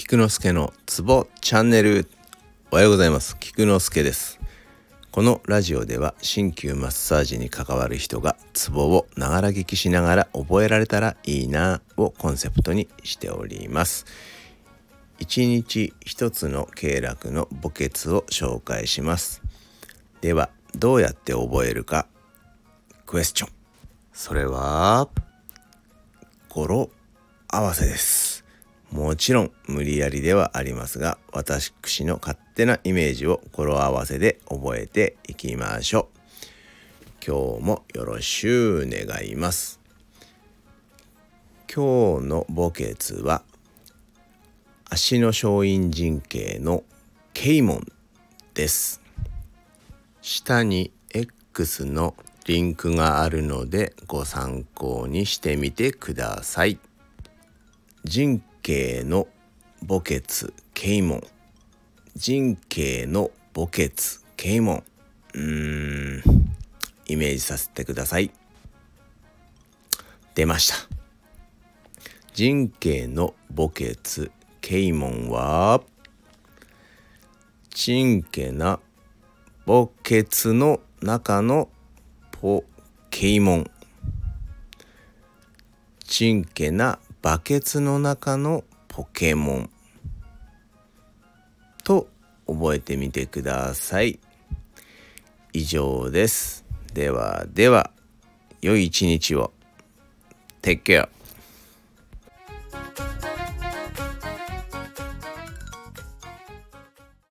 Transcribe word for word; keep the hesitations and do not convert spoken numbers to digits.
菊之助のツボチャンネル。おはようございます。菊之助です。このラジオでは鍼灸マッサージに関わる人がツボをながら聞きしながら覚えられたらいいなをコンセプトにしております。一日一つの経絡の墓穴を紹介します。ではどうやって覚えるかクエスチョン。それは語呂合わせです。もちろん無理やりではありますが、私の勝手なイメージを語呂合わせで覚えていきましょう。今日もよろしゅう願います。今日の墓穴は足の小陰神経のケイモンです。下に X のリンクがあるのでご参考にしてみてください。神経の墓穴ケイモン、神経の墓穴ケイモン、うーんイメージさせてください。出ました。神経の墓穴ケイモンはちけな墓穴の中のポケモン、ちんけなバケツの中のポケモンと覚えてみてください。以上です。ではでは良い一日を。 Take care。